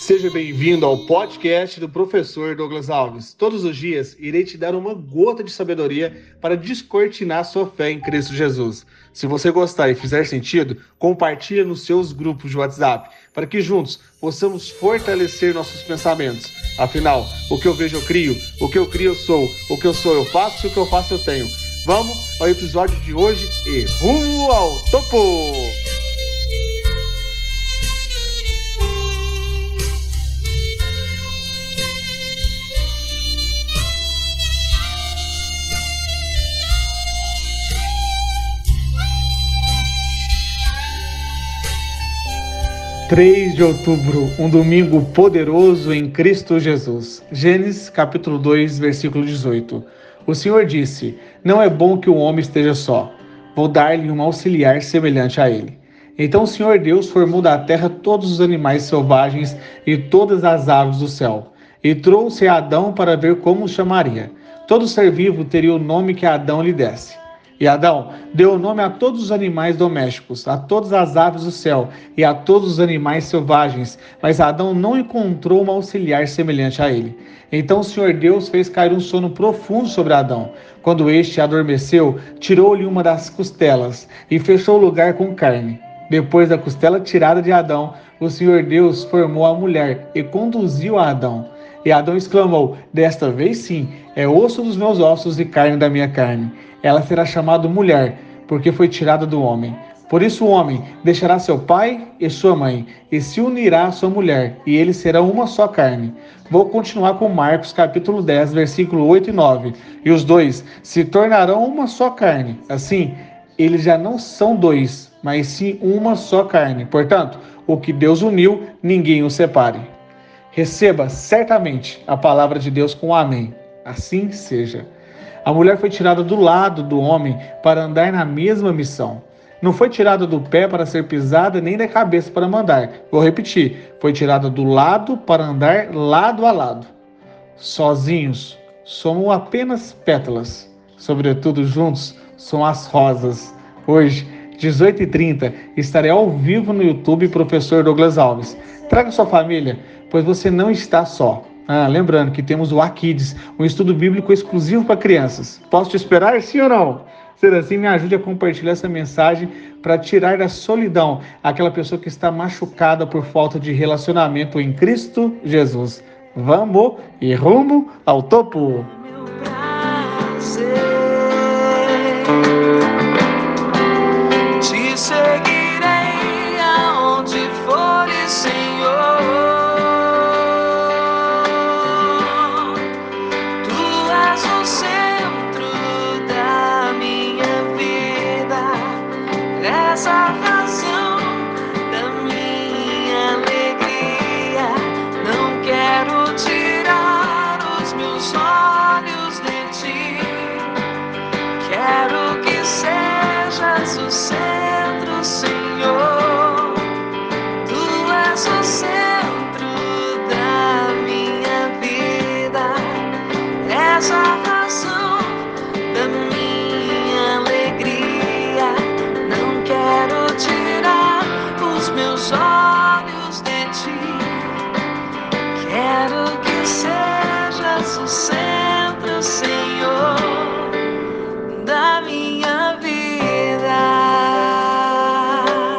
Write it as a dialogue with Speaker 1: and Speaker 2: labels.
Speaker 1: Seja bem-vindo ao podcast do professor Douglas Alves. Todos os dias irei te dar uma gota de sabedoria para descortinar sua fé em Cristo Jesus. Se você gostar e fizer sentido, compartilhe nos seus grupos de WhatsApp, para que juntos possamos fortalecer nossos pensamentos. Afinal, o que eu vejo eu crio, o que eu crio eu sou, o que eu sou eu faço e o que eu faço eu tenho. Vamos ao episódio de hoje e rumo ao topo! 3 de outubro, um domingo poderoso em Cristo Jesus. Gênesis capítulo 2, versículo 18. O Senhor disse: não é bom que o homem esteja só. Vou dar-lhe um auxiliar semelhante a ele. Então o Senhor Deus formou da terra todos os animais selvagens e todas as aves do céu. E trouxe a Adão para ver como os chamaria. Todo ser vivo teria o nome que Adão lhe desse. E Adão deu o nome a todos os animais domésticos, a todas as aves do céu e a todos os animais selvagens, mas Adão não encontrou um auxiliar semelhante a ele. Então o Senhor Deus fez cair um sono profundo sobre Adão. Quando este adormeceu, tirou-lhe uma das costelas e fechou o lugar com carne. Depois da costela tirada de Adão, o Senhor Deus formou a mulher e conduziu a Adão. E Adão exclamou: desta vez sim, é osso dos meus ossos e carne da minha carne. Ela será chamada mulher, porque foi tirada do homem. Por isso o homem deixará seu pai e sua mãe, e se unirá à sua mulher, e eles serão uma só carne. Vou continuar com Marcos capítulo 10, versículo 8 e 9. E os dois se tornarão uma só carne. Assim, eles já não são dois, mas sim uma só carne. Portanto, o que Deus uniu, ninguém o separe. Receba certamente a palavra de Deus com amém. Assim seja. A mulher foi tirada do lado do homem para andar na mesma missão. Não foi tirada do pé para ser pisada, nem da cabeça para mandar. Vou repetir. Foi tirada do lado para andar lado a lado. Sozinhos, somos apenas pétalas. Sobretudo juntos, são as rosas. Hoje, 18h30, estarei ao vivo no YouTube Professor Douglas Alves. Traga sua família, pois você não está só. Lembrando que temos o Akids, um estudo bíblico exclusivo para crianças. Posso te esperar, sim ou não? Sendo assim, me ajude a compartilhar essa mensagem para tirar da solidão aquela pessoa que está machucada por falta de relacionamento em Cristo Jesus. Vamos e rumo ao topo! Meu prazer.